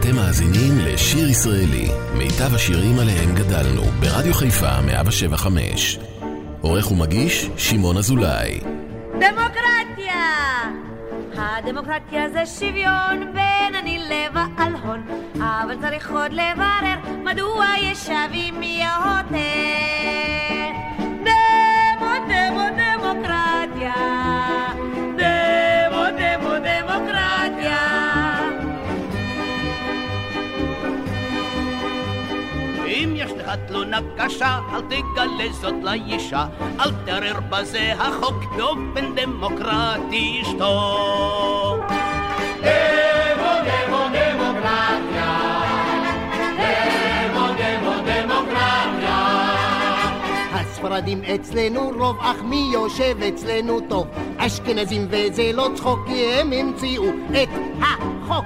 אתם מאזינים לשיר ישראלי, מיטב השירים עליהם גדלנו, ברדיו חיפה 107.5. עורך ומגיש שמעון אזולאי. דמוקרטיה! הדמוקרטיה זה שוויון בין אני לבעל הון, אבל צריך עוד לברר מדוע יש שווים יותר. דמוקרטיה, דמוקרטיה. אם יש לך תלונה קשה, אל תגלה זאת לאישה, אל תערער בזה החוק באופן דמוקרטי ישתוק. דמוקרטיה, דמוקרטיה. הספרדים אצלנו רוב, אך מי יושב אצלנו טוב? אשכנזים וזה לא צחוק, כי הם המציאו את החוק.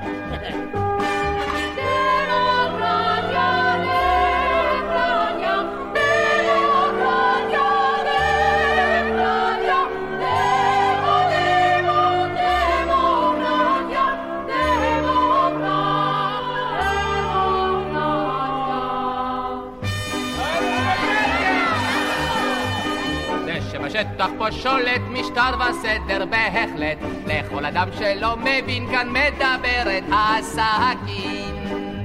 שטח פה שולט משטר וסדר בהחלט, לכל אדם שלא מבין כאן מדברת הסכין.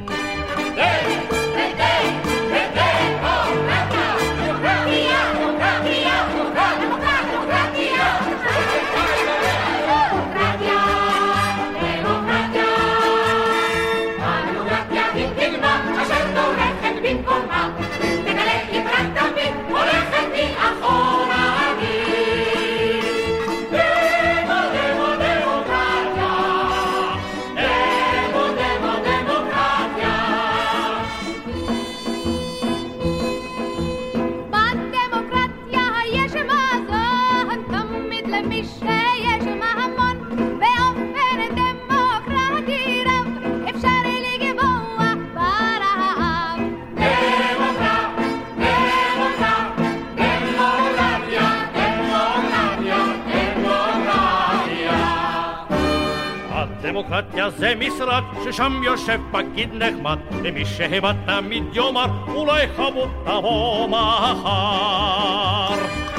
דמוקרטיה זה משרד ששם יושב פקיד נחמד, למי שהבא תמיד יאמר אולי חמוד תבוא מחר.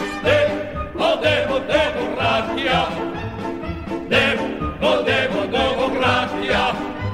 דמוקרטיה, דמוקרטיה.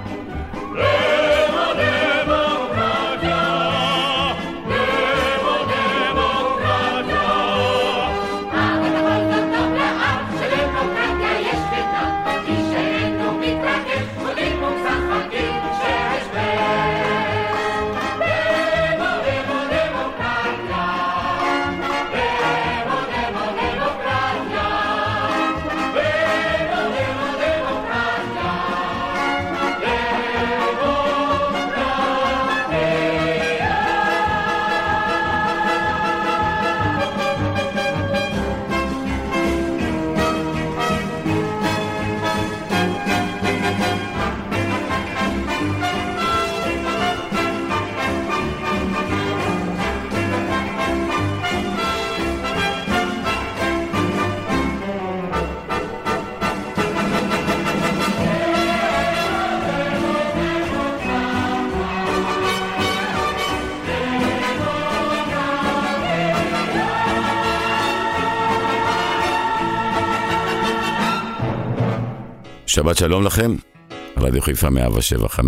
שבת שלום לכם, רדיו חיפה 107.5,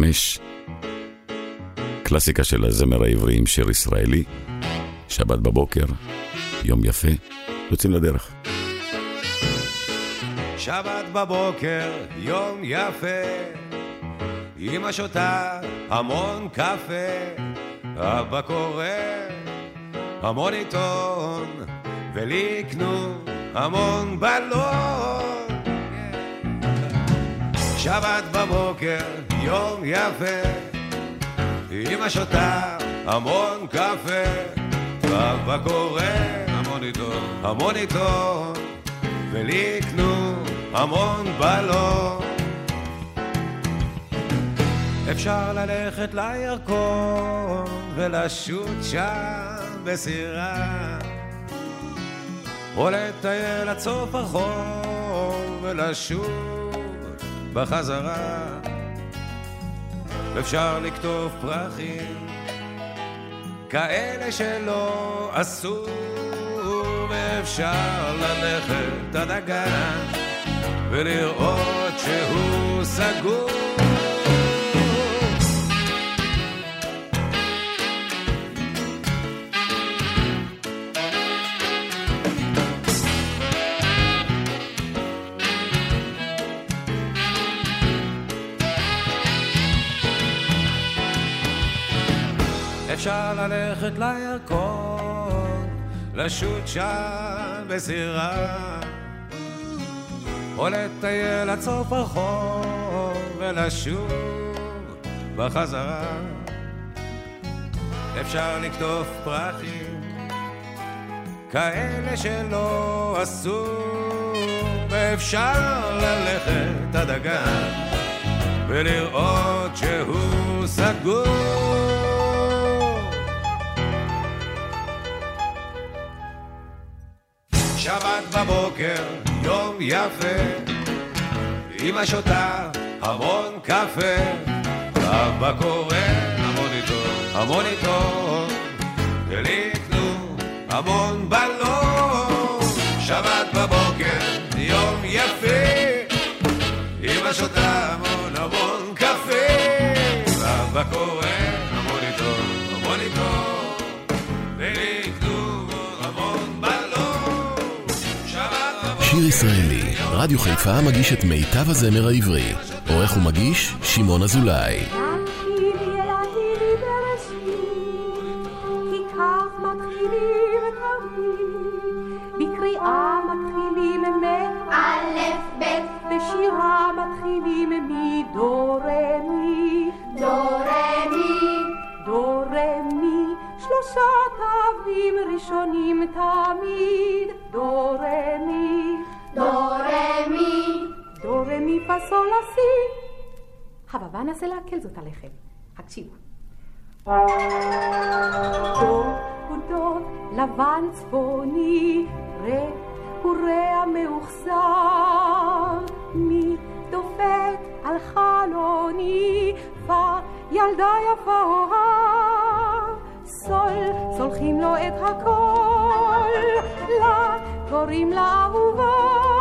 קלאסיקה של הזמר העברי עם שיר ישראלי, שבת בבוקר, יום יפה, יוצאים לדרך. שבת בבוקר, יום יפה, אמא שותה המון קפה, אבא קורא המון עיתון, ולי קנו המון בלון. שבת בבוקר, יום יפה, אמא שותה המון קפה, אבא קורא המון עיתון, ולי קנו המון בלון. אפשר ללכת לירקון ולשוט שם בסירה, או לטייל עד סוף החור ולשוט בחזרה. אפשר לקטוף פרחים כאלה שלא עשו, ואפשר ללכת עד הגן ולראות שהוא סגור. אפשר ללכת לירקון, לשוט שם בסירה, או לטייל עד סוף הרחוב ולשוב בחזרה. אפשר לקטוף פרחים כאלה שלא עשו, ואפשר ללכת עד הגן ולראות שהוא סגור. שבת בבוקר, יום יפה, אמא שותה המון קפה, אבא קורא המוניטור, ולקנו המון בלון. שבת בבוקר, יום יפה, אמא שותה המון קפה, אבא קורא המוניטור, ולקנו המון בלון. שיר ישראלי, רדיו חיפה מגיש את מיטב הזמר העברי. עורך ומגיש שמעון אזולאי. בקריאה מתחילים מאלף בית, בשירה מתחילים מדו רמי, דו רמי, שלושה תווים ראשונים תמיד, דו רמי, דו רמי פסול לסי. הבא נעשה להקל זאת עליכם, הקשיבו. דו הוא דוב לבן צפוני, רה הוא ריאה מאוחזר, מי דופק על חלוני, פה ילדה יפה אוהב, סולחים לו את הכל, לה קוראים לה אהובה,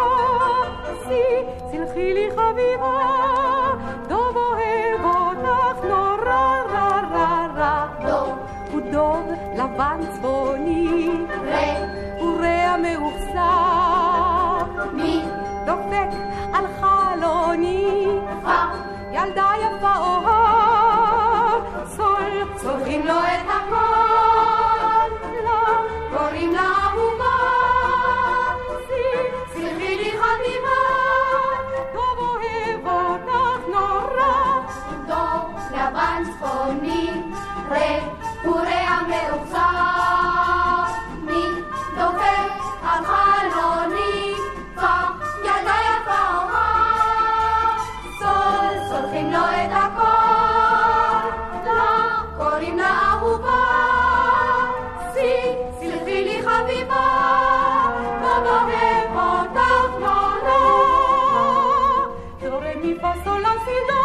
סלחי לי חביבה, דוב אוהב אותך נורא רע רע רע. דוב הוא דוב לבן צפוני, הוא ריאה מאוחזר, מי דופק על חלוני, ילדה יפה אוהב, סולחים לו את הכל, לה קוראים לה אהובה, סלחי לי חביבה, דוב אוהב אותך נורא. דוב לבן צפוני, הוא ריאה מאוחזר, מי דופק על חלוני, ילדה יפה אוהב, סולחים לו את הכל, לה קוראים לה אהובה, סלחי לי חביבה, דוב אוהב אותך נורא. דו רמי פה סול לה סי דו,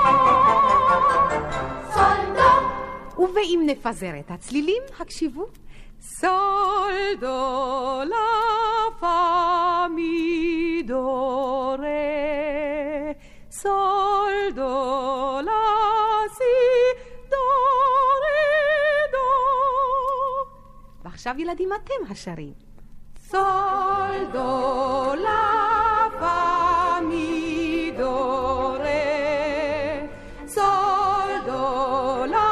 סול דו. ואם נפזר את הצלילים, הקשיבו. סול דו לה פה מי דו רה, סול דו לה סי דו רה דו. ועכשיו ילדים אתם השרים. סול דו לה פה מי דו רה, סול דו לה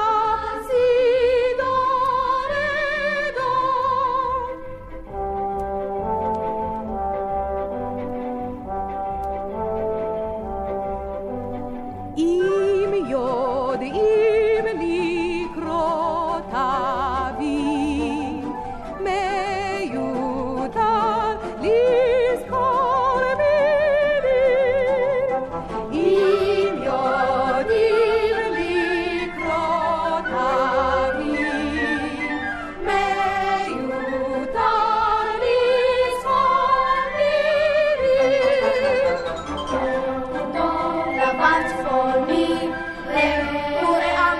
לבן צפוני, הוא ריאה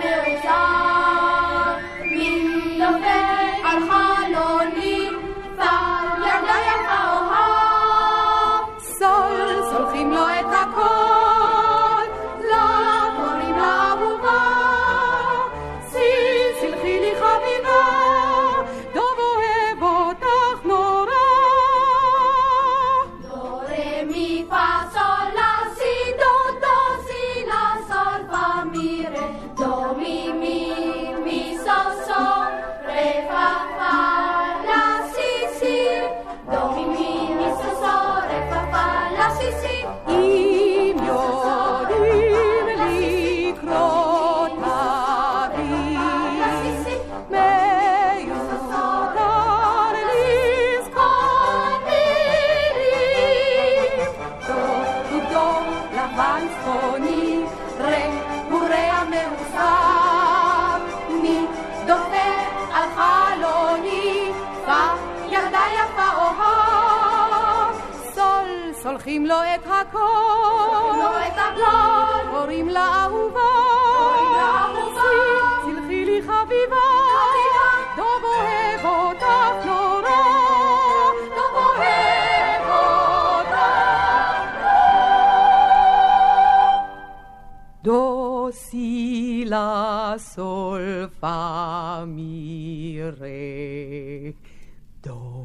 לוקחים לו את הכל, קוראים לה אהובה, צלחי לי חביבה, דוב אוהב אותך נורא, דוב אוהב אותך נורא. דו סי לה סול פה מי רה דו.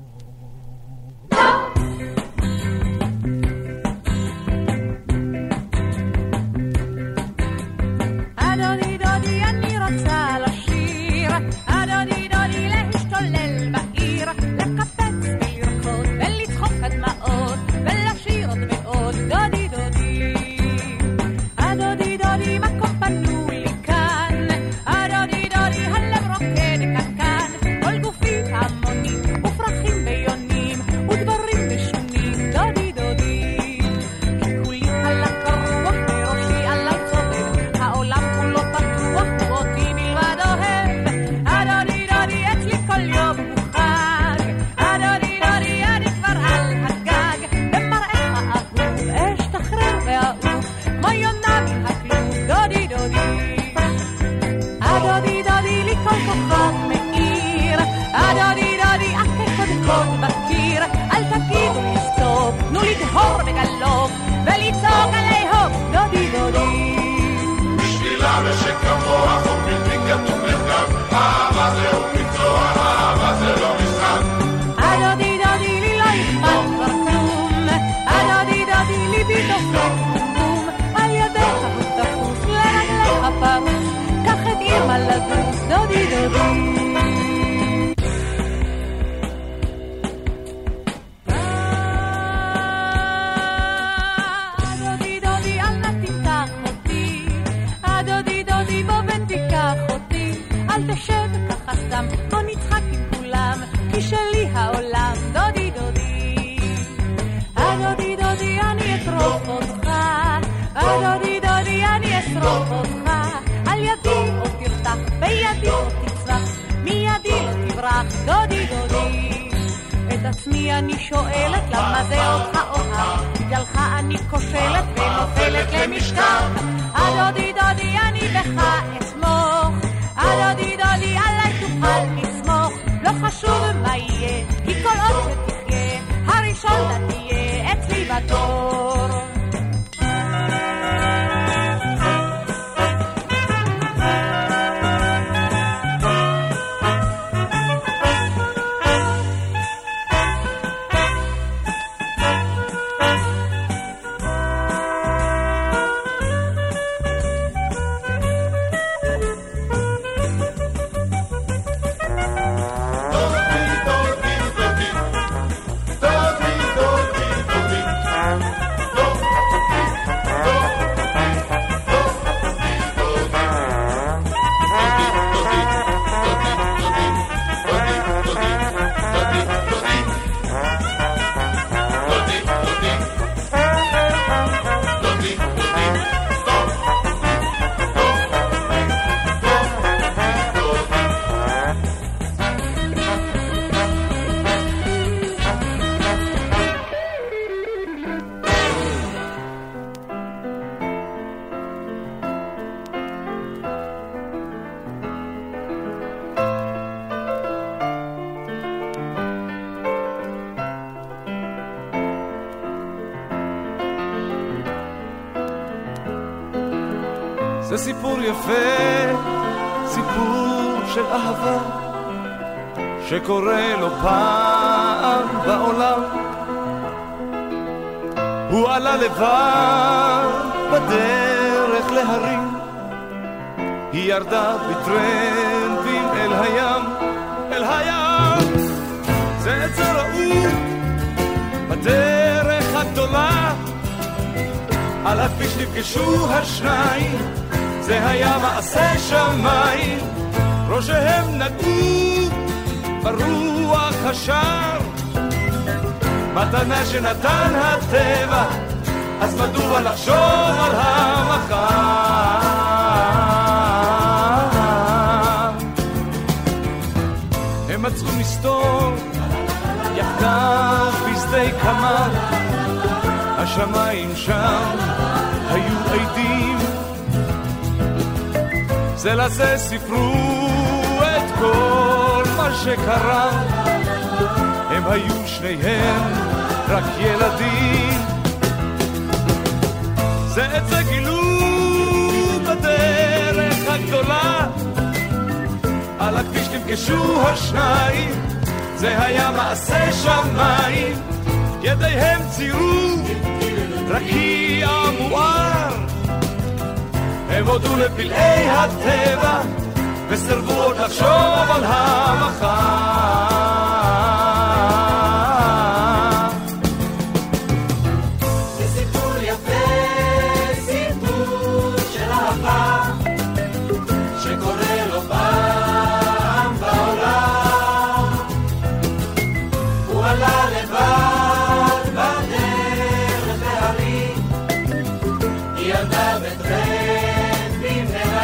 אדוני דודי אני רוצה לשיר, אדוני דודי להשתולל בעיר, לקפץ ולרקוד ולצחוק עד דמעות ולשיר עוד מאוד. דודי דודי אדוני דודי מקום פנו לי כאן, אדוני דודי הלב רוקד קנקן, כל גופי המונים ופרחים ביונים ודברים משונים. דודי דודי כי כולי חלק הרוח וראשי עליי צובב, העולם כולו פתוח ואותי בלבד אוהב. אדוני דודי אצלי כל יום הוא חג, אדוני דודי אני כבר על הגג, במראיך אהוב אשתחרר ואהוב כמו יונה מהכלוב. דודי דודי אדוני דודי לי כל כוכב מאיר, אדוני דודי הקדקוד בקיר, אל תגידו לי סטופ, תנו לי דהור וגלוב ולצעוק עלי הופ. דודי דודי בשבילה ושכמוה חוק בלתי כתוב מחקב, אהבה זה הוא מקצוע, אהבה זה לא משחק. אדודי דודי לי לא אכפת כבר כלום, אדודי דודי ליבי דופק בום, על ידיך הוא תפוס לרגליך פרוס, קח את אמא לדוס. דודי דודי אדודי דודי אל נא תמתח אותי, אדודי דודי בוא ותיקח אותי, אל תשב ככה סתם, בוא נצחק עם כולם, כי שלי העולם. דודי דודי אדודי דודי אני אטרוף אותך, אדודי דודי אני אשרוף אותך, על ידי עוד תרתח בידי עוד תצלח, מידי לא תברח. דודי דודי את עצמי אני שואלת למה זה אותך אוהב, בגללך אני כושלת ונופלת למשכב. אדודי דודי אני בך אסמוך, אדודי דודי עליי תוכל לסמוך, לא חשוב מה יהיה כי כל עוד שתחיה הראשון תהיה אצלי בתור. זה סיפור יפה, סיפור של אהבה שקורה לו פעם בעולם. הוא עלה לבד בדרך להרים, היא ירדה בטרמפים אל הים, אל הים. זה עצר רעוד בדרך הגדולה, על הכביש נפגשו השניים, זה היה מעשה שמיים. ראשיהם נגעו ברוח השר, מתנה שנתן הטבע, אז מדוע לחשוב על המחר? הם מצאו מסתור יחדיו בשדה קמר, השמיים שם היו עדים, זה לזה ספרו את כל מה שקרה, הם היו שניהם רק ילדים, זה את זה גילו בדרך הגדולה, על הכביש נפגשו השניים, זה היה מעשה שמיים, ידיהם צירו רקיע מואר, הם הודו לפלאי הטבע וסרבו עוד לחשוב על המחר. זה סיפור יפה, סיפור של אהבה שקורה לו פעם בעולם, הוא עלה לבד בדרך להרים, היא ילדה בטרמפים אל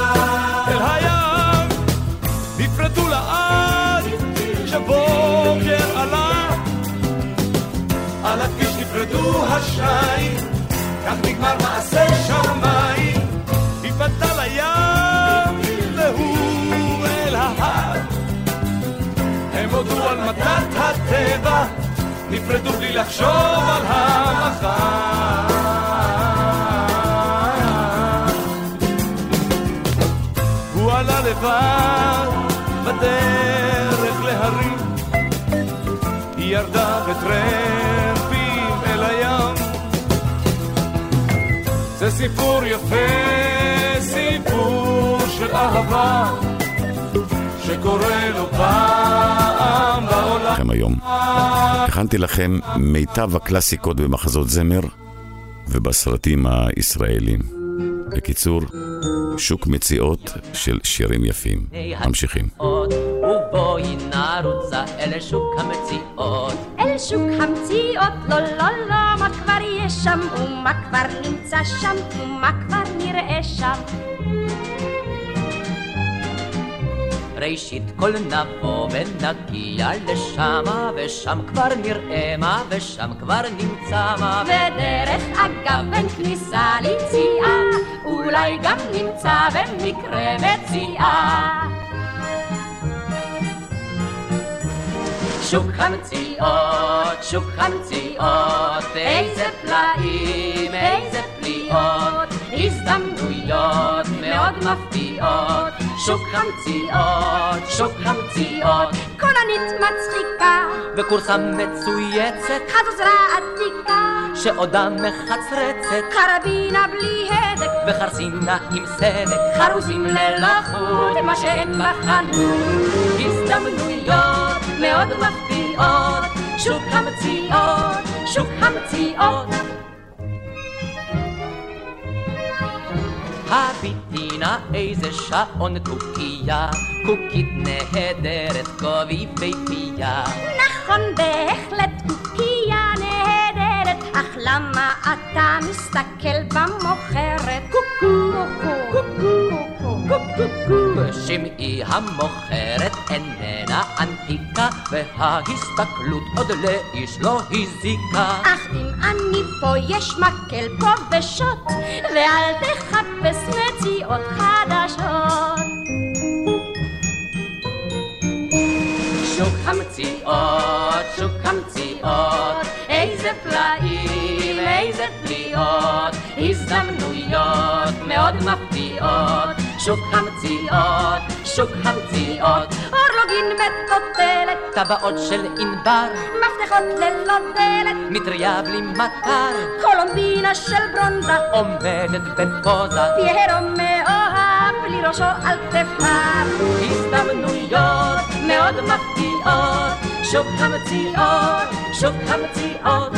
הים, נפרדו לעד כשבוקר עלה, על הכביש נפרדו השניים, כך נגמר מעשה שמיים, היא פנתה לים והוא אל ההר, הם הודו על מתת הטבע, נפרדו בלי לחשוב על המחר. הוא עלה לבד בדרך להרים, היא ירדה בטרמפים אל הים, זה סיפור יפה, סיפור של אהבה שקורה לו פעם בעולם. לכם היום הכנתי לכם מיטב הקלאסיקות במחזות זמר ובסרטים הישראלים. בקיצור, שוק מציאות של שירים יפים. ממשיכים. ובואי נרוצה אל שוק המציאות. אל שוק המציאות, לא לא לא, מה כבר יש שם ומה כבר נמצא שם ומה כבר נראה שם. ראשית כל נבוא ונגיע לשמה, ושם כבר נראה מה ושם כבר נמצא מה, ודרך אגב בין כניסה ליציאה אולי גם נמצא במקרה מציאה. שוק המציאות, שוק המציאות, איזה פלאים, איזה פליאות, הזדמנויות מאוד מפתיעות. שוק המציאות, שוק המציאות, קולנית מצחיקה וקורסה מצויצת, חזוזרה עתיקה שעודה מחצרצת, קרבינה בלי הדק וחרסינה עם סדק, חרוזים ללא חוט, מה שאין בחנות. הזדמנויות מאוד מפתיעות. שוק המציאות, שוק המציאות. הביטינה איזה שעון קוקייה, קוקית נהדרת קובי ביפייה. נכון בהחלט קוקייה נהדרת, אך למה אתה מסתכל במוכרת? קוקו קוקו קוקו. שמעי המוכרת איננה ענתיקה, וההסתכלות עוד לאיש לא הזיקה. אך אם אני פה יש מקל פה ושוט, ואל תחפש מציאות חדשות. שוק המציאות, שוק המציאות, איזה פלאים, איזה פליאות, הזדמנויות מאוד מפתיעות. שוק המציאות, שוק המציאות, אורלוגין מטוטלת, טבעות של ענבר, מפתחות ללא דלת, מטריה בלי מטר, קולומבינה של ברונזה עומדת בפוזה, פיירו מאוהב בלי ראשו על כתפיו. הזדמנויות מאוד מפתיעות. שוק המציאות, שוק המציאות.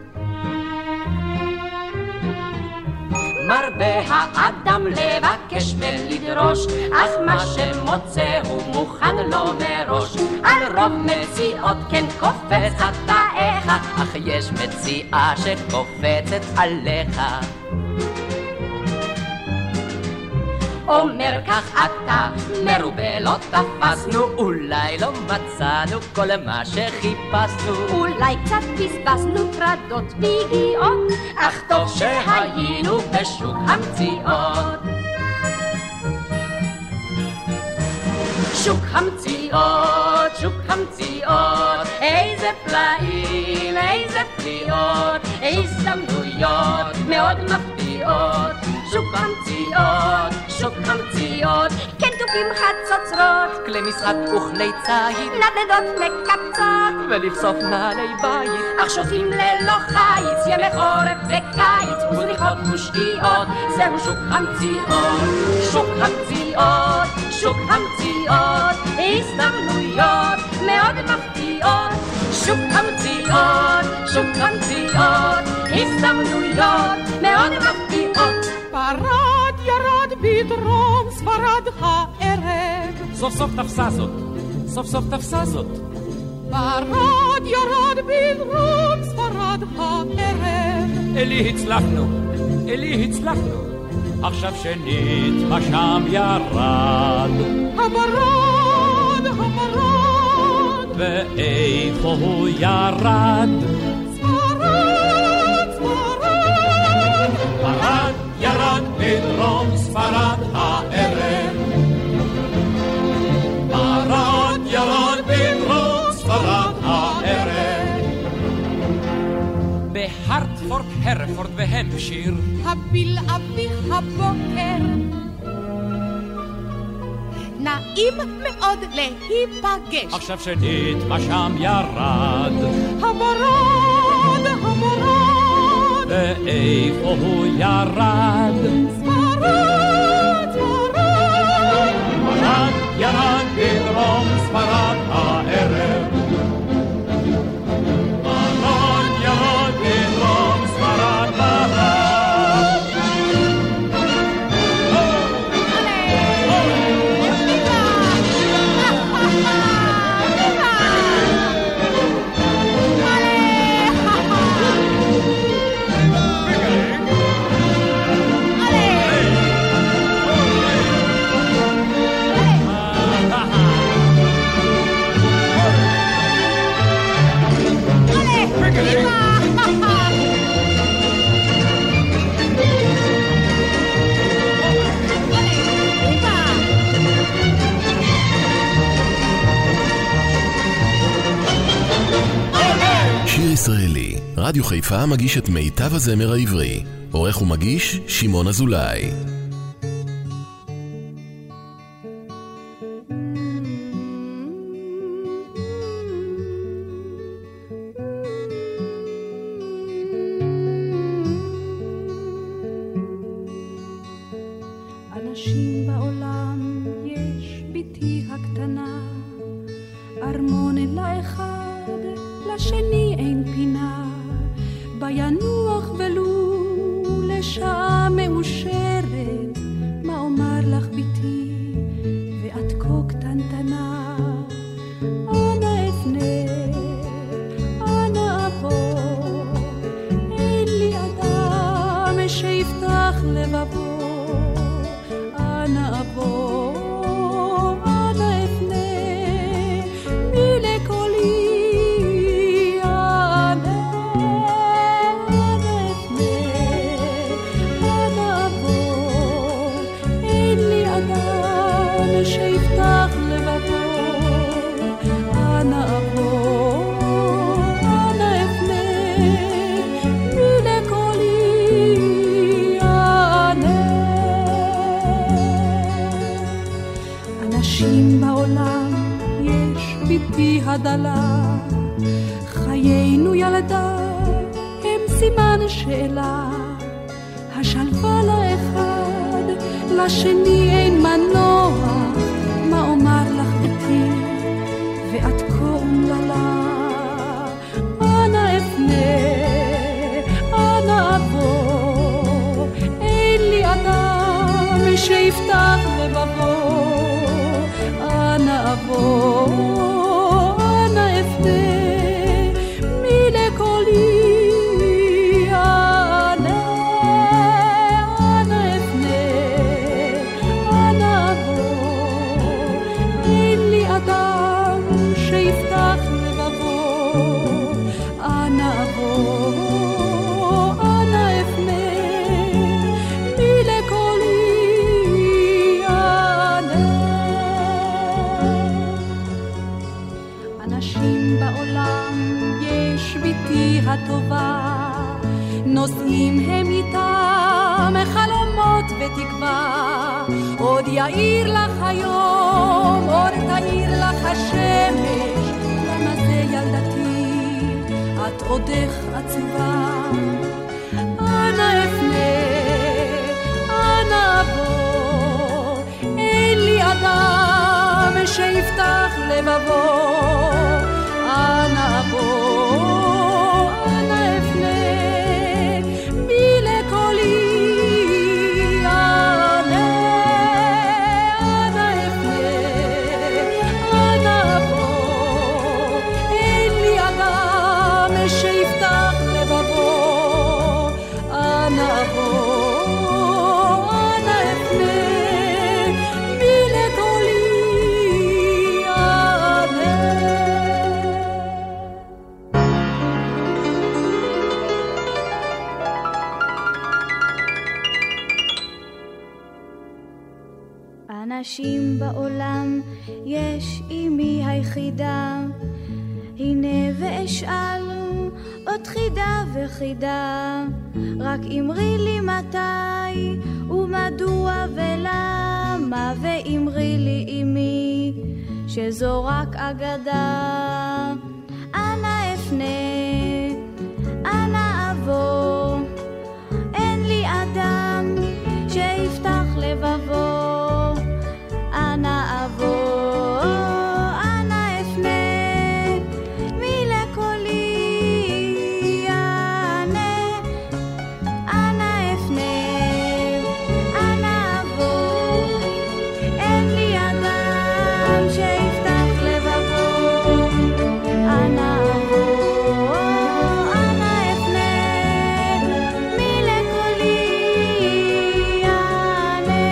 מרבה האדם לבקש ולדרוש, אך מה שמוצא הוא מוכן לו מראש. על רוב מציאות כן קופץ חטאיך, אך יש מציאה שקופצת עליך. אומר כך אתה, מרובה לא תפסנו, אולי לא מצאנו כל מה שחיפשנו, אולי קצת בזבזנו טרדות ויגיעות, אך טוב שהיינו בשוק המציאות. שוק המציאות, שוק המציאות, איזה פלאים, איזה פליאות, הזדמנויות מאוד מפתיעות. שוק המציאות, שוק המציאות, כן תופים חצוצרות, כלי משרד וכלי ציד, נדנדות מקפצות, ולבסוף נעלי בית, אך שופים ללא חיץ, ימי חורף וקיץ, וזריחות ושקיעות, זהו שוק המציאות, שוק המציאות, שוק המציאות, הזדמנויות מאוד מפתיעות. שוק המציאות, שוק המציאות, הזדמנויות מאוד מפתיעות. פרד ירד בדרום ספרד הערב, סוף סוף תפסה זאת, סוף סוף תפסה זאת. פרד ירד בדרום ספרד הערב, אלי הצלחנו, אלי הצלחנו, עכשיו שנית מה שם ירד. המרד, המרד, ואיפה הוא ירד? ספרד, ספרד, פרד ירד בדרום ספרד הערב, פרד ירד בדרום ספרד הערב. בהרטפורד, הרפורד והמפשיר, הבלעדי הבוקר, נעים מאוד להיפגש. עכשיו שנית מה שם ירד. המרד, המרד, ואיפה הוא ירד? ספרד, ספרד, פרד ירד בדרום ספרד הערב, פרד ירד בדרום ספרד הערב. שיר ישראלי, רדיו חיפה מגיש את מיטב הזמר העברי. עורך ומגיש שמעון אזולאי. אנשים בעולם יש ביתי הקטנה, ארמון אלה אחד, לשני אין פינה, בינוח ולו לשעה מאושרת. מה אומר לך ביתי ואת כה קטנטנה, אנה אפנה, אנה אבוא, אין לי אדם שיפתח לבבו, אנה אבוא, אנה אפנה, מי לקולי, אנה אפנה, אנה אבוא, אין לי אדם שיפתח לבבו, אנה אבוא, אנה אפנה, מי לקולי, אנה. אנשים בעולם יש ביתי הדלה, חיינו ילדה הם סימן שאלה, השלווה לאחד לשני אין מנוע, מה אומר לך ביתי ואת כה אומללה, אנה אפנה, אנה אבוא, אין לי אדם שיפתח לבבו, אנה אבוא, אנה אפנה, מי לקולי, אנה אפנה, יאיר לך היום, אור תאיר לך השמש, למה זה ילדתי, את עודך עצובה. אנא אפנה, אנא אבוא, אין לי אדם שיפתח לבבו. אנא אבוא, אנא אפנה, מי לקולי שיפתח לבבו. אנא אבוא, אנא אפנה, מי לקולי אענה. אנשים בעולם יש אמי היחידה, הנה ואשאל עוד חידה וחידה, רק אמרי לי מתי ומדוע ולמה, ואמרי לי אמי שזו רק אגדה. אנא אפנה, אנא אבוא, אין לי אדם שיפתח לבבו. אנא אבוא, אנא אפנה, מי לקולי יענה. אנא אפנה, אנא אבוא, אין לי אדם שיפתח לבבו. אנא אבוא, אנא אפנה, מי לקולי יענה.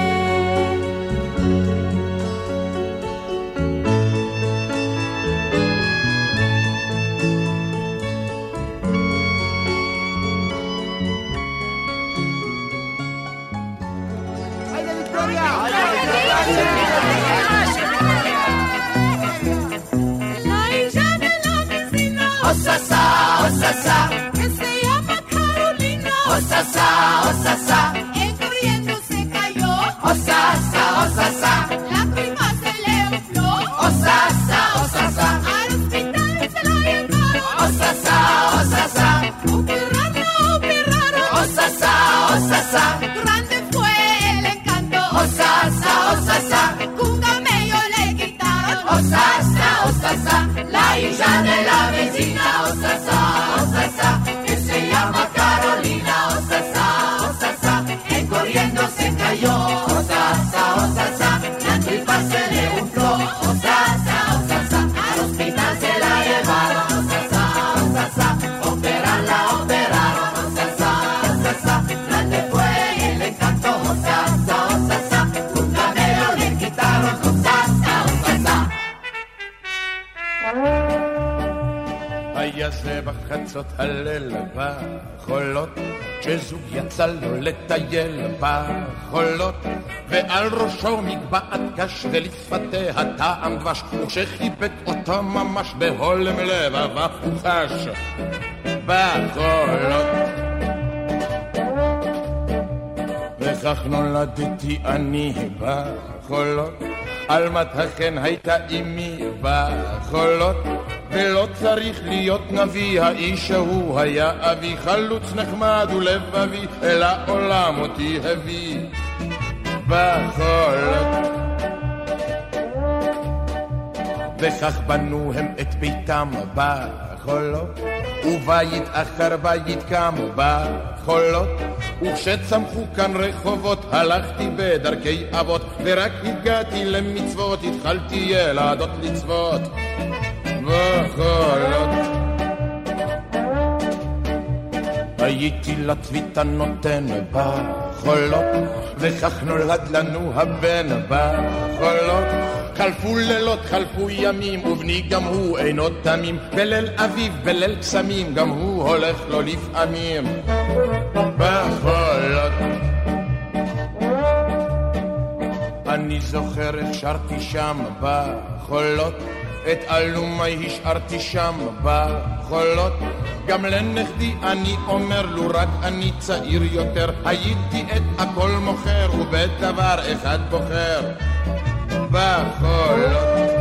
Osasa, osasa, que se llama Carolina. Osasa, osasa, el corriendo se cayó. Osasa, osasa, la prima se le infló. Osasa, osasa, al hospital se la llevaron. Osasa, osasa, operaron. Osasa, osasa, grande fue el encanto. Osasa, osasa, un camello le quitaron. Osasa, osasa, la hija de la vecina. Osasa, osasa, que se llama Carolina. Osasa, osasa, el corriendo se cayó. Osasa, osasa, la tripa se le infló. Osasa, osasa, al hospital se la llevaron. Osasa, osasa, operaron. Osasa, osasa, grande fue el encanto. Osasa, osasa, un camello le quitaron. Osasa, osasa. היה זה בחצות הליל בחולות, כשזוג יצא לו לטייל בחולות, ועל ראשו מגבעת קש ולפתיה טעם דבש, וכשחיבק אותו ממש בהולם לבבה הוא חש בחולות. וכך נולדתי אני בחולות, אלמת החן הייתה אמי בחולות, ולא צריך להיות נביא, האיש ההוא היה אבי, חלוץ נחמד ולבבי, אל העולם אותי הביא בחולות. וכך בנו הם את ביתם בחולות, ובית אחר בית קמו בחולות, וכשצמחו כאן רחובות הלכתי בדרכי אבות, ורק הגעתי למצוות התחלתי ילדות לצוות בחולות. הייתי לצביתה נותן בחולות, וכך נולד לנו הבן בחולות. חלפו לילות, חלפו ימים, ובני גם הוא אינו תמים, בליל אביב, בליל קסמים, גם הוא הולך לו לפעמים בחולות. אני זוכר איך שרתי שם בחולות, את אלומי השארתי שם בחולות, גם לנכדי אני אומר לו רק אני צעיר יותר, הייתי את הכל מוכר ובדבר אחד בוחר בחולות.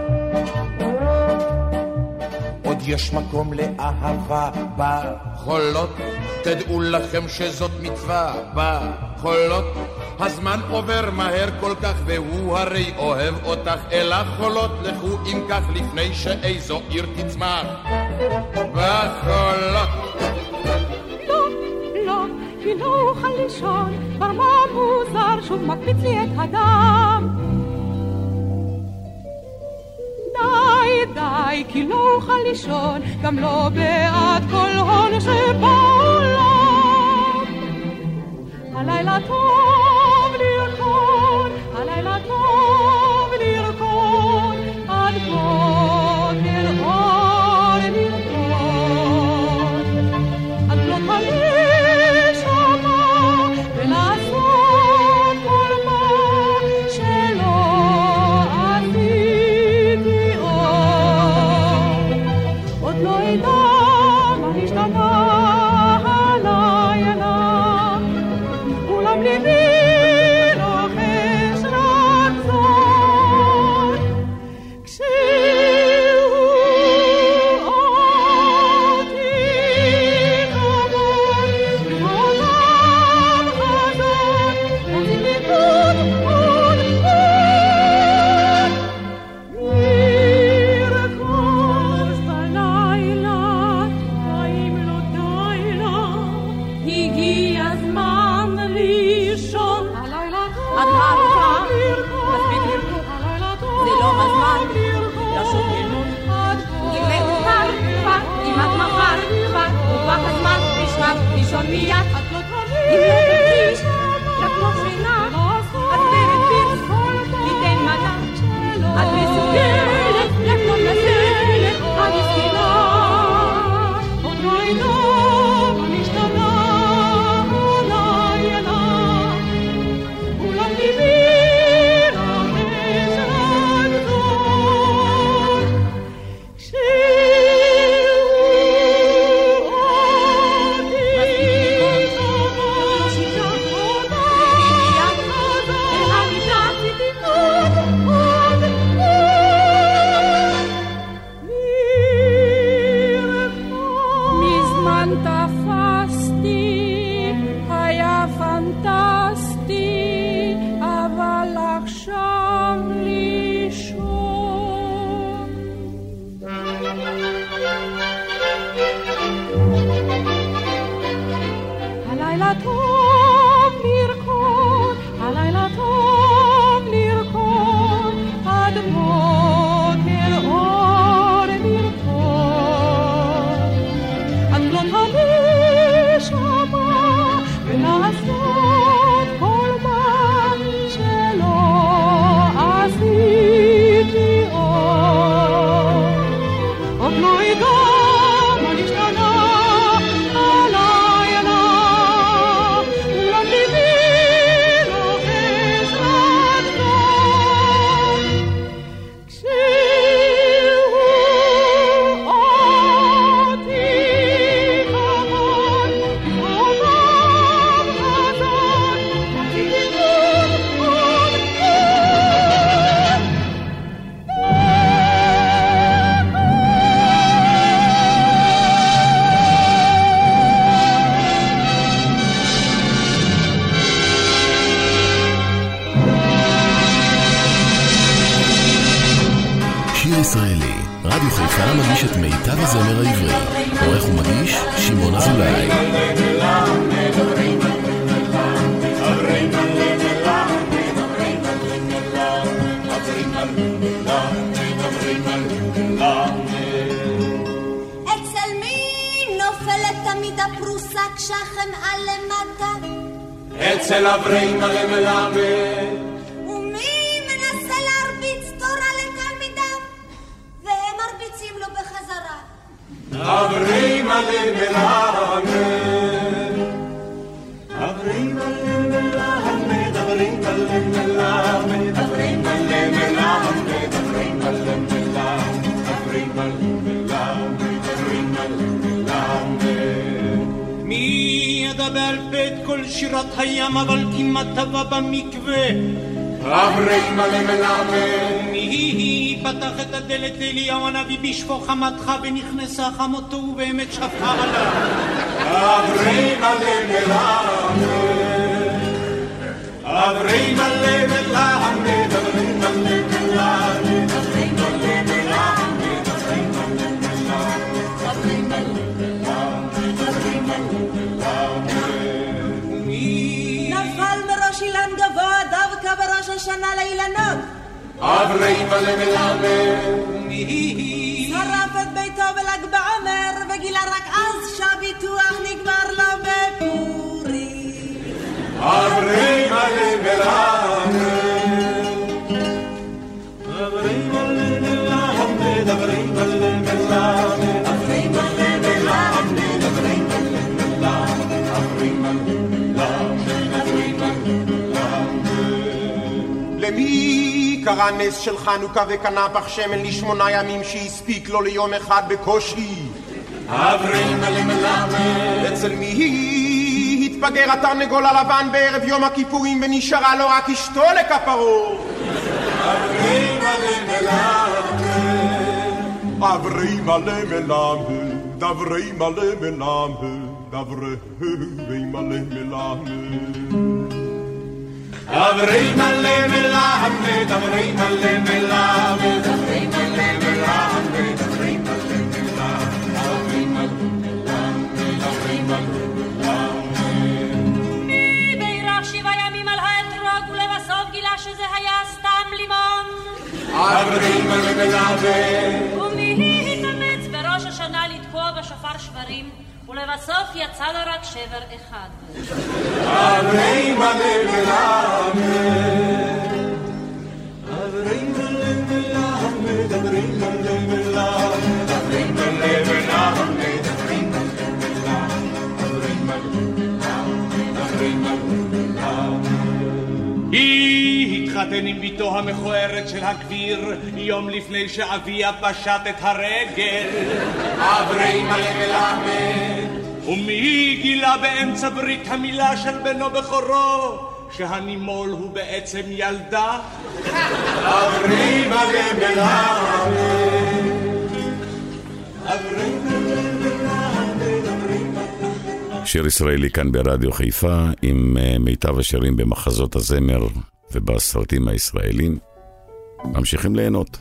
עוד יש מקום לאהבה בחולות, תדעו לכם שזאת מצווה בחולות, הזמן עובר מהר כל כך והוא הרי אוהב אותך, אל החולות לכו אם כך לפני שאיזו עיר תצמח בחולות. לא, לא, כי לא אוכל לישון, כבר מה מוזר שוב מקפיץ לי את הדם. די, די, כי לא אוכל לישון, גם לא בעד כל הון שבעולם. הלילה טוב לרקוד, הלילה טוב לרקוד, עד בוקר אור לרקוד. עד לא תמיד שמה ולעשות כל מה שלא עשיתי עוד. עוד לא ידע מה השתנה הלילה, אולם ליבי רוחש רצון, כשהוא אותי כמון, בעולם חזון, רוצים לקרוא עוד עוד. נרכוש בלילה, האם לא די לה, הגיע הזמן לישון. עד הערכה, מספיק לרקוד, זה לא הזמן לשוב ללמוד. גילי אוחר, כבר, כמעט מחר, כבר, ובא הזמן לשלב לישון מיד. אם לא תרגיש, רק לא שינה, את ברד בירס, ניתן מנה, את מסוגלת, רק לא נסלת, המסכינה. עוד לא ידע מה נשתנה הלילה, אולם ליבי רוחש רצון, כשהוא אותי כמון, שיקח אותי יד חזון, אל המיטה עשיתי עוד עוד עוד. מזמן תפסתי, היה פנטסטי, אבל עכשיו לישון. הלילה טוב לרקוד, הלילה טוב לרקוד, עד בוקר אור לרקוד. עד לא תמיד שמה ולעשות כל מה שלא עשיתי עוד. עוד לא ידע מה נשתנה הלילה, אולם ליבי רוחש רצון, כשהוא אותי כמון, בעולם חזון, רציתי עוד שיר ישראלי, רדיו חיפה מגיש את מיטב הזמר העברי. עורך ומגיש שמעון אזולאי. אצל מי נופלת תמיד הפרוסה כשהחמאה למטה? אצל אברהם מלמד. ומי מנסה להרביץ תורה לתלמידיו והם מרביצים לו בחזרה? אברהם מלמד. אברהם מלמד, אברהם מלמד, אברהם מלמד, אברהם מלמד. שירת הים, אבל אם טבע במקווה. אברי מלא מלמד. מי פתח את הדלת לאליהו הנביא בשפוך חמתך, ונכנסה חמותו ובאמת שפכה עליו. אברי מלא מלמד. אברי מלא מלמד. אברי מלא מלמד. אברי מלא מלמד. אברי מלא. נפל מראש אילן גבוה דווקא בראש השנה לאילנות. אברי מלא מלמד. שרף את ביתו בל"ג בעומר וגילה רק אז שהביטוח נגמר לו בפורים. אברי מלא מלמד. אברי מלא מלמד. אברי מלא מלמד. אברי מלא מלמד. אברי מלא מלמד. אברי מלא. למי קרא נס של חנוכה וקנה פח שמן ל8 ימים שהספיק לו ליום אחד בקושי? אברי מלא מלמד. אצל מי התפגר התרנגול הלבן בערב יום הכיפורים ונשארה לו רק אשתו לכפרו? אברי מלא מלמד. אברי מלא מלמד. אברי מלא מלמד. אברי מלא מלמד. אברי מלא מלמד. אברי מלא מלמד. אברי מלא מלמד. אברי מלא מלמד. אברי מלמד. מי בירך 7 ימים על האתרוג ולבסוף גילה שזה היה סתם לימון? אברי מלא מלמד. ומי התאמץ בראש השנה לתקוע בשופר שברים ולבסוף יצא לו רק שבר אחד? אברי מלא מלמד. אברי מלא מלמד. אברי מלא מלמד. אברי מלא מלמד. אברי מלא מלמד. אברי מלמד. היא התחתן עם ביתו המכוערת של הגביר יום לפני שאביה פשט את הרגל. אברי מלא מלמד. ומי גילה באמצע ברית המילה של בנו בכורו שהנימול הוא בעצם ילדה? אברי מלא מלמד. אברי מלא מלמד. שיר ישראלי כאן ברדיו חיפה עם מיטב השירים במחזות הזמר ובסרטים הישראלים. ממשיכים ליהנות.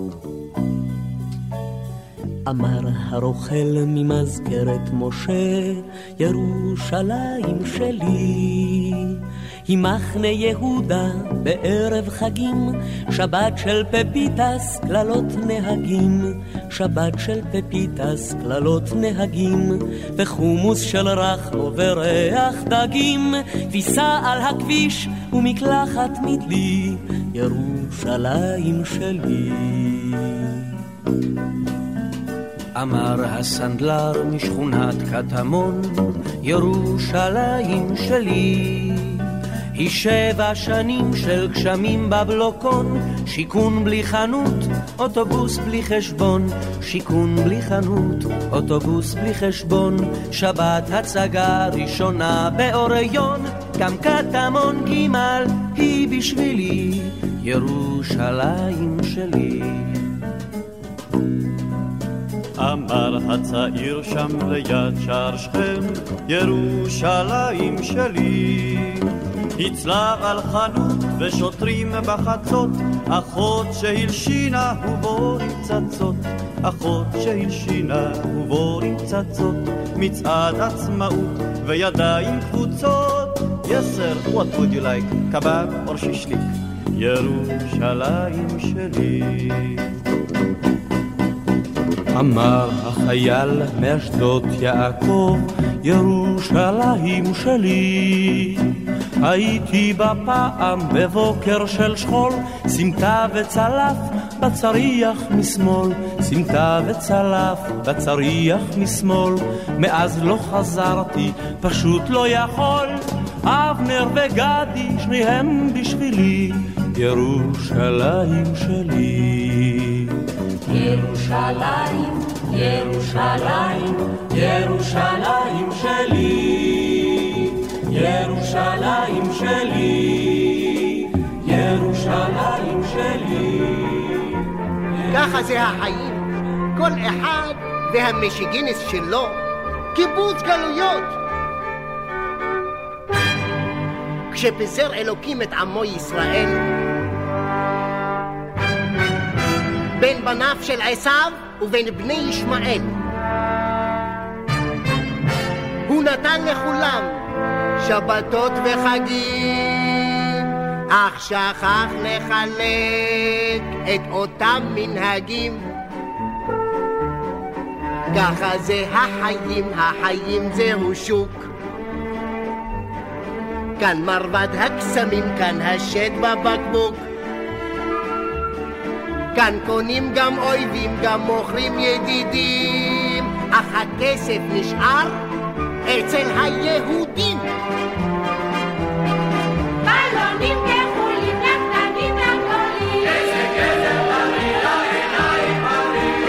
אמר הרוכל ממזכרת משה, ירושלים שלי היא מחנה יהודה בערב חגים, שבת של פפיטס כללות נהגים, שבת של פפיטס כללות נהגים, וחומוס של רחמו וריח דגים, כביסה על הכביש ומקלחת מדלי, ירושלים שלי. אמר הסנדלר משכונת קטמון, ירושלים שלי היא 7 שנים של גשמים בבלוקון, שיכון בלי חנות, אוטובוס בלי חשבון, שיכון בלי חנות, אוטובוס בלי חשבון, שבת הצגה ראשונה באוריון, גם קטמון גימל היא בשבילי, ירושלים שלי. אמר הצעיר שם ליד שער שכם, ירושלים שלי הצלח על חנות ושוטרים בחצות, אחות שהלשינה ובורים צצות, אחות שהלשינה ובורים צצות, מצעד עצמאות וידיים קבוצות. Yes sir, what would you like? Kebab or shishlik? ירושלים שלי. אמר החייל מאשדות יעקב, ירושלים שלי הייתי בפעם בבוקר של שכול, סמטה וצלף בצריח משמאל, סמטה וצלף בצריח משמאל, מאז לא חזרתי, פשוט לא יכול, אבנר וגדי שניהם בשבילי, ירושלים שלי. ירושלים, ירושלים, ירושלים שלי, ירושלים שלי, ירושלים שלי. ככה זה החיים, כל אחד והמשיגינס שלו, קיבוץ גלויות. כשפיזר אלוקים את עמו ישראל, בין בניו של עשיו ובין בני ישמעאל, הוא נתן לכולם שבתות וחגים, אך שכח לחלק את אותם מנהגים. ככה זה החיים, החיים זהו שוק, כאן מרבד הקסמים, כאן השד בבקבוק. כאן קונים גם אויבים, גם מוכרים ידידים, אך הכסף נשאר אצל היהודים. בלונים כחולים, נקננים וגדולים, איזה כסף תביא לעיניים פנים.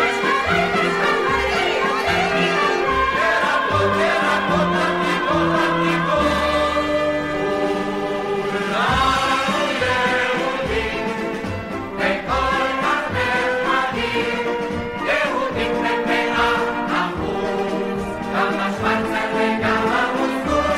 ירקות, ירקות, עתיקות, עתיקות. כולנו יהודים, וכל כך נחמדים, יהודים במאה אחוז, גם השוורצר וגם המוסקוס.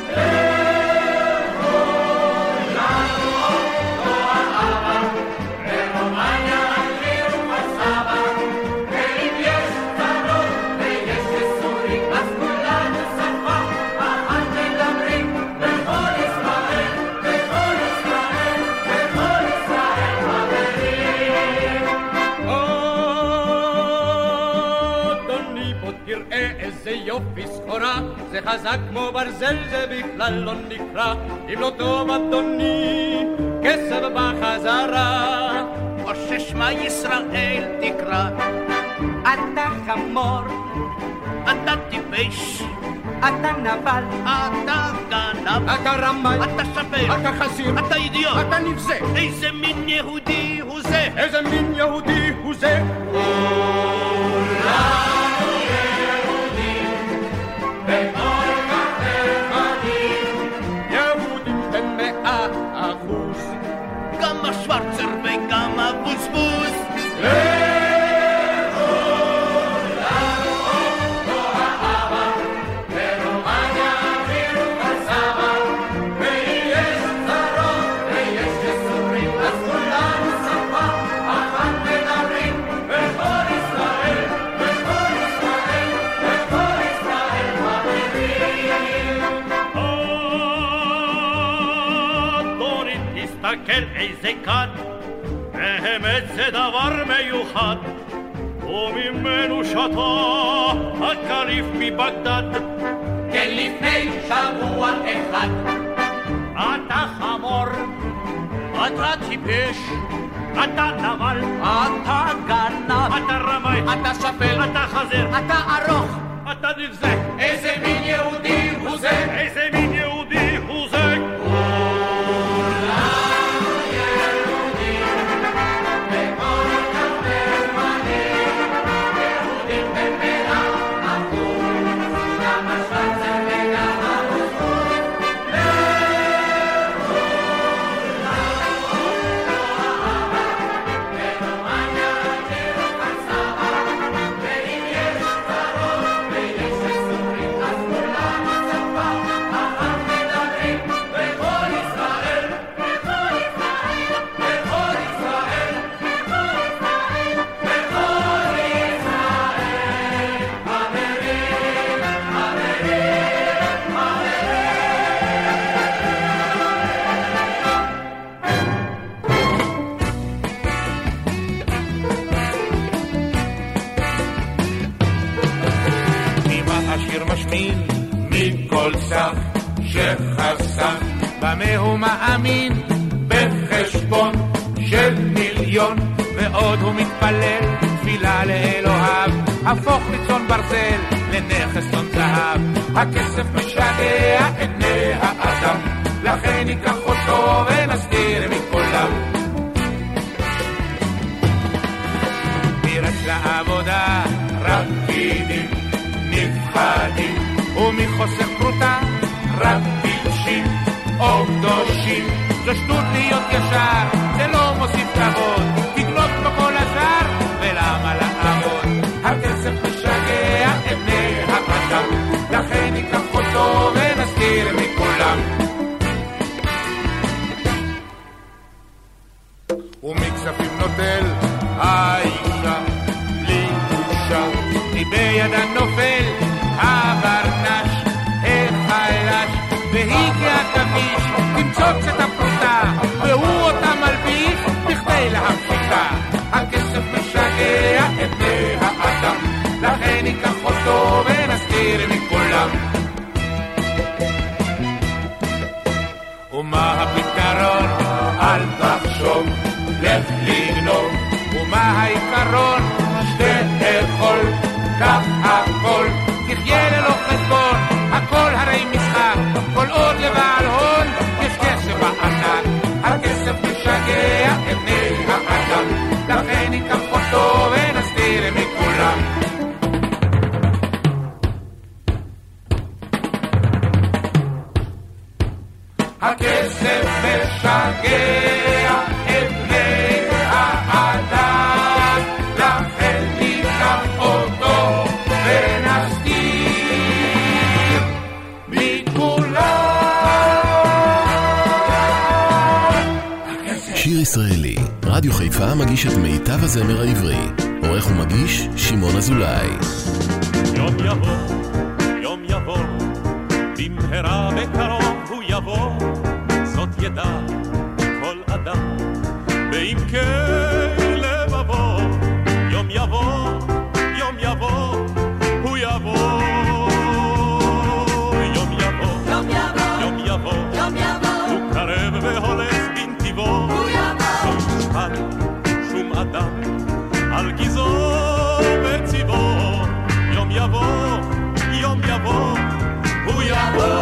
יופי סחורה, זה חזק כמו ברזל, זה בכלל לא נקרא. אם לא טוב אדוני, כסף בחזרה. או ששמה ישראל תקרא. אתה חמור, אתה טיפש, אתה נבל, אתה גנב, אתה רמאי, אתה שפל, אתה חזיר, אתה אידיוט, אתה נבזה. איזה מין יהודי הוא זה? איזה מין יהודי הוא זה? וכל כך נחמדים, יהודים במאה אחוז, גם השוורצר וגם הבוזבוז. לעולנו אותו האבא, ברומניה ובכפר סבא, ואם יש צרות ויש ייסורים, אז כולנו שפה אחת מדברים, וכל ישראל, וכל ישראל, וכל ישראל חברים. אדוני תסתכל איזה כאן, באמת זה דבר מיוחד, וממנו שתה הקליף מבגדד. כן, לפני שבוע אחד. אתה חמור, אתה טיפש, אתה נבל, אתה גנב, אתה רמאי, אתה שפל, אתה חזיר, אתה ארוך, אתה נבזה. איזה מין יהודי הוא זה? איזה מין יהודי הוא זה? מכל סך שחסך, במה הוא מאמין? בחשבון של מיליון, ועוד הוא מתפלל תפילה לאלוהיו, הפוך מצאן ברזל לנכס צאן זהב. הכסף משגע עיני האדם, לכן ניקח אותו ונסתיר מכולם. נרץ לעבודה רק פקידים נבחדים, ומחוסך פרוטה רק טיפשים. או קדושים. זו שטות להיות ישר, זה לא מוסיף כבוד, תגלות בו כל השאר, ולמה לעמוד? הכסף משגע את בני האדם, לכן ניקח אותו ונסתיר מכולם. ומכספים נוטל האישה בלי בושה, כי בידה נופל הברנש החלש, והיא כעכביש תמצוץ את הפרוטה, והוא אותה מלביש בכדי להמשיכה. הכסף משגע את בני האדם, לכן ניקח אותו ונסתיר מכולם. ומה הפתרון? אל תחשוב, לך לגנוב. ומה העיקרון? שתאכול, קח הכל, תחיה ללא חשבון, הכל הרי משחק, כל עוד לבעל הון יש כסף בענק. הכסף משגע את בני האדם, לכן ניקח אותו ונסתיר מכולם. הכסף משגע את בני האדם, לכן ניקח אותו ונסתיר מכולם. שיר ישראלי, רדיו חיפה מגיש את מיטב הזמר העברי. עורך ומגיש שמעון אזולאי. יום יבוא, יום יבוא, במהרה בקרוב הוא יבוא, זאת ידע כל אדם, בעמקי לבבו. יום יבוא, יום יבוא, הוא יבוא. יום יבוא, יום יבוא, יום יבוא, יום יבוא, הוא קרב והולך בנתיבו. הוא יבוא, לא יושחל שום אדם על גזעו וציבו. יום יבוא, יום יבוא, הוא יבוא.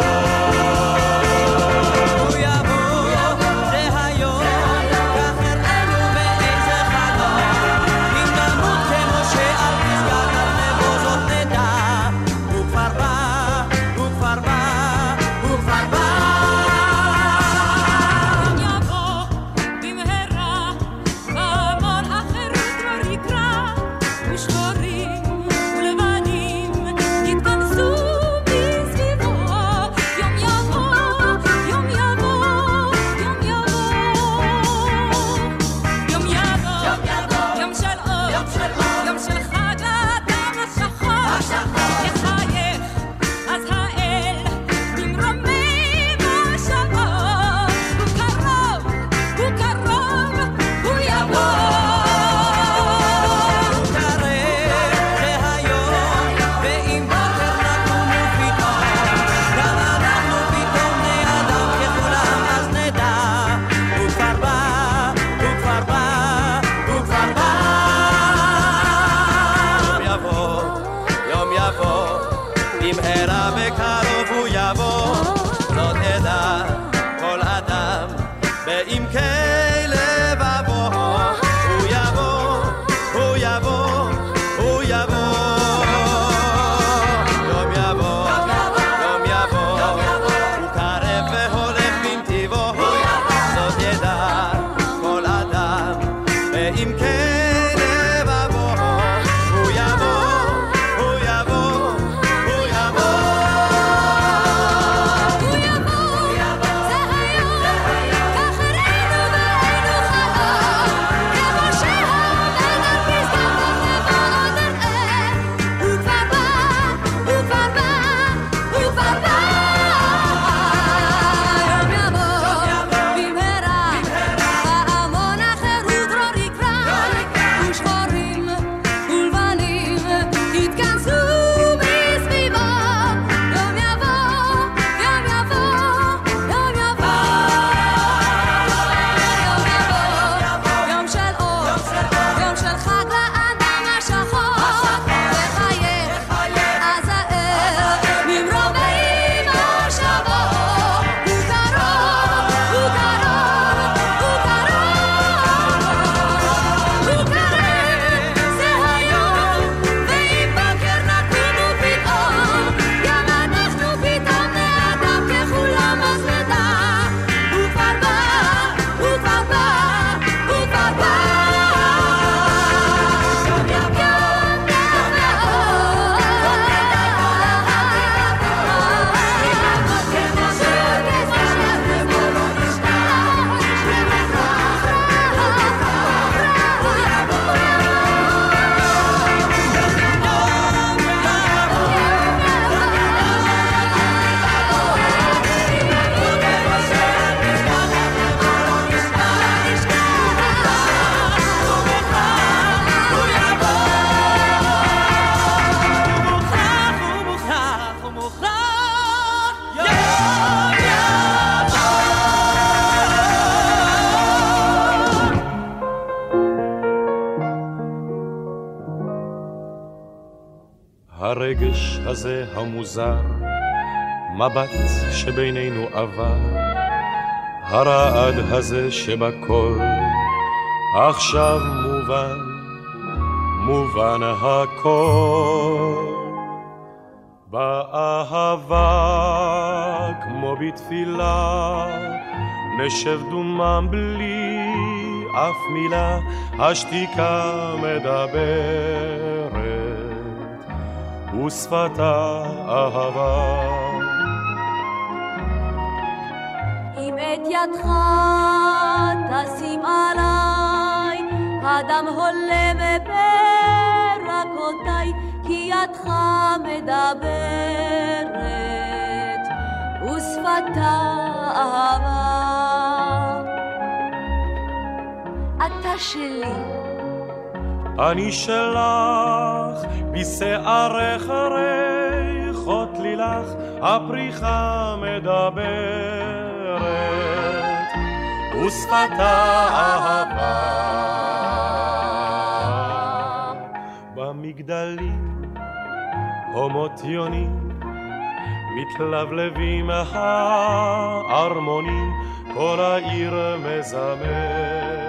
הרגש הזה המוזר, מבט שבינינו עבר, הרעד הזה שבכל, עכשיו מובן, מובן הכל. באהבה כמו בתפילה, נשב דומם בלי אף מילה, השתיקה מדברת ושפתה אהבה. אם את ידך תשים עליי, הדם הולם ברכותיי, כי ידך מדברת ושפתה אהבה. אתה שלי, אני שלך, בשערך ריחות לילך, הפריחה מדברת ושפתה אהבה. במגדלים הומוטיונים מתלבלבים הארמונים, כל העיר מזמרת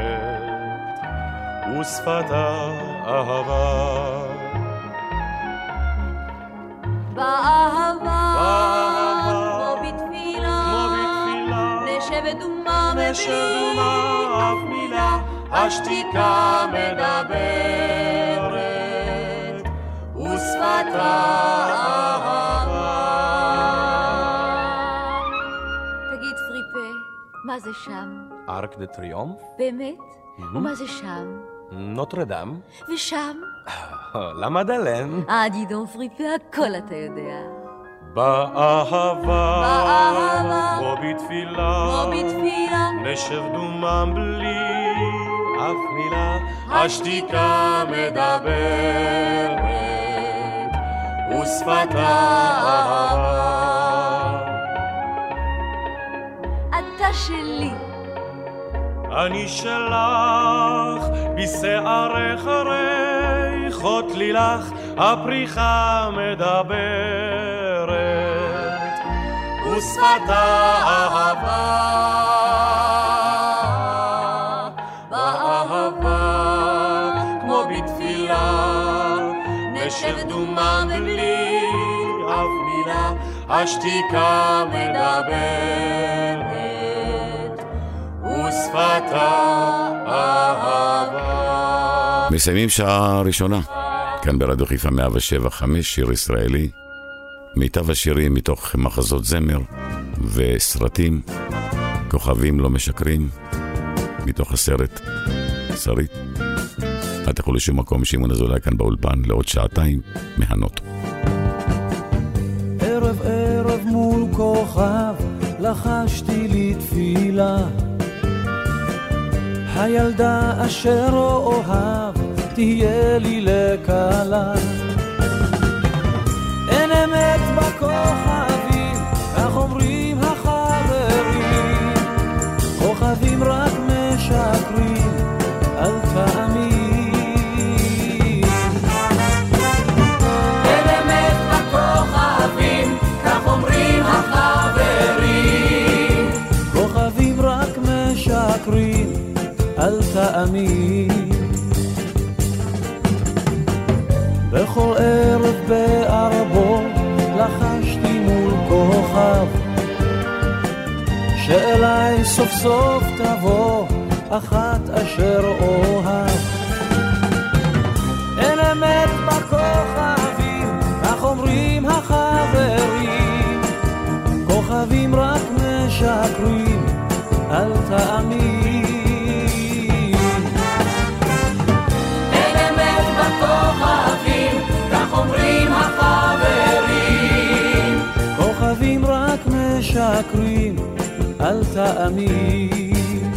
ושפתה אהבה. באהבה כמו בתפילה, נשב דומה מבלי אף מילה, השתיקה מדברת ושפתה אהבה. תגיד פריפה, מה זה שם? ארק דה טריומף? באמת? ומה זה שם? נוטרדם. ושם? למה דלן? דידון פריפה, הכל אתה יודע. באהבה, באהבה, כמו בתפילה, נשב דומם בלי אף מילה, השתיקה מדברת ושפתה אהבה. אתה שלי, אני שלך, בשערך ריחות לילך, הפריחה מדברת ושפתה אהבה. באהבה כמו בתפילה, נשב דומם בלי אף מילה, השתיקה מדברת ושפתה אהבה. מסיימים שעה ראשונה, כאן ברדיו חיפה 107.5, שיר ישראלי, מיטב השירים מתוך מחזות זמר וסרטים, כוכבים לא משקרים, מתוך הסרט שרית. אל תלכו לשום מקום, שמעון אזולאי כאן באולפן לעוד שעתיים מהנות. ערב ערב מול כוכב לחשתי לי תפילה, הילדה אשר אוהב תהיה לי לקלה. אין אמת בכוכבים, כך אומרים החברים, כוכבים רק משקרים, אל תאמין. אין אמת בכוכבים, כך אומרים החברים, כוכבים רק משקרים, אל תאמין. בכל ערב בערבו לחשתי מול כוכב, שאליי סוף סוף תבוא אחת אשר אוהב. אין אמת בכוכבים, כך אומרים החברים, כוכבים רק משקרים, אל תאמין. אין אמת בכוכבים, כך אומרים החברים, כוכבים רק משקרים, אל תאמין.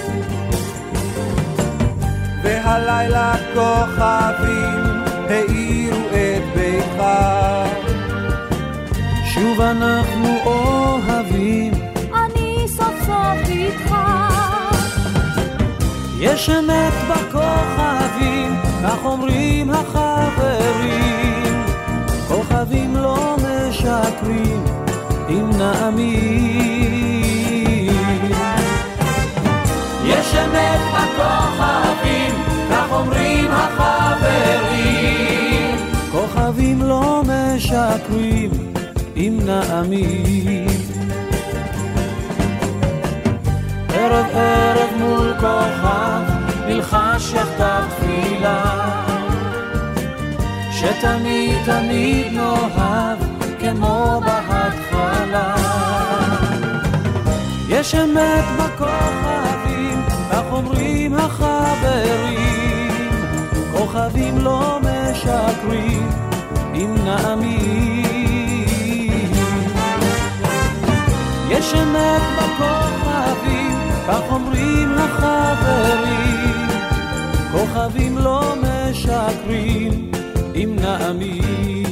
והלילה כוכבים האירו את ביתך, שוב אנחנו אוהבים, אני סוף סוף איתך. יש אמת בכוכבים, כך אומרים החברים, משקרים אם נאמין. יש אמת בכוכבים, כך אומרים החברים. כוכבים לא משקרים אם נאמין. ערב ערב מול כוכב נלחש יחדיו תפילה, שתמיד תמיד נאהב כמו בהתחלה. יש אמת בכוכבים, כך אומרים החברים. כוכבים לא משקרים אם נאמין. יש אמת בכוכבים, כך אומרים החברים. כוכבים לא משקרים אם נאמין.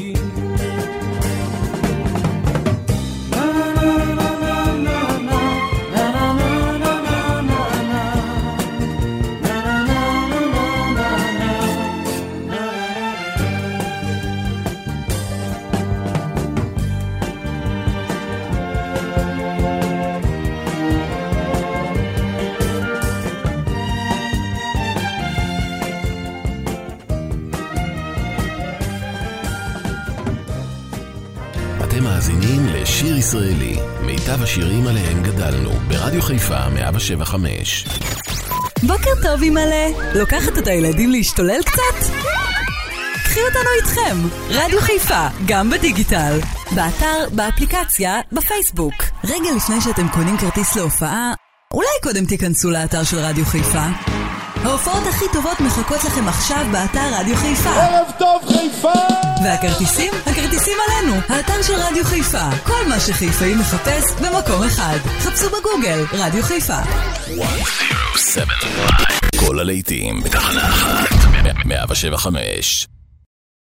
אתם מאזינים לשיר ישראלי, מיטב השירים עליהם גדלנו, ברדיו חיפה 107.5. בוקר טוב אמא'לה, לוקחת את הילדים להשתולל קצת? קחי אותנו איתכם, רדיו חיפה, גם בדיגיטל, באתר, באפליקציה, בפייסבוק. רגע לפני שאתם קונים כרטיס להופעה, אולי קודם תיכנסו לאתר של רדיו חיפה. ההופעות הכי טובות מחכות לכם עכשיו באתר רדיו חיפה. ערב טוב חיפה! והכרטיסים? הכרטיסים עלינו, האתר של רדיו חיפה. כל מה שחיפאי מחפש במקום אחד. חפשו בגוגל, רדיו חיפה. 107.5 כל הלהיטים בתחנה אחת 107.5.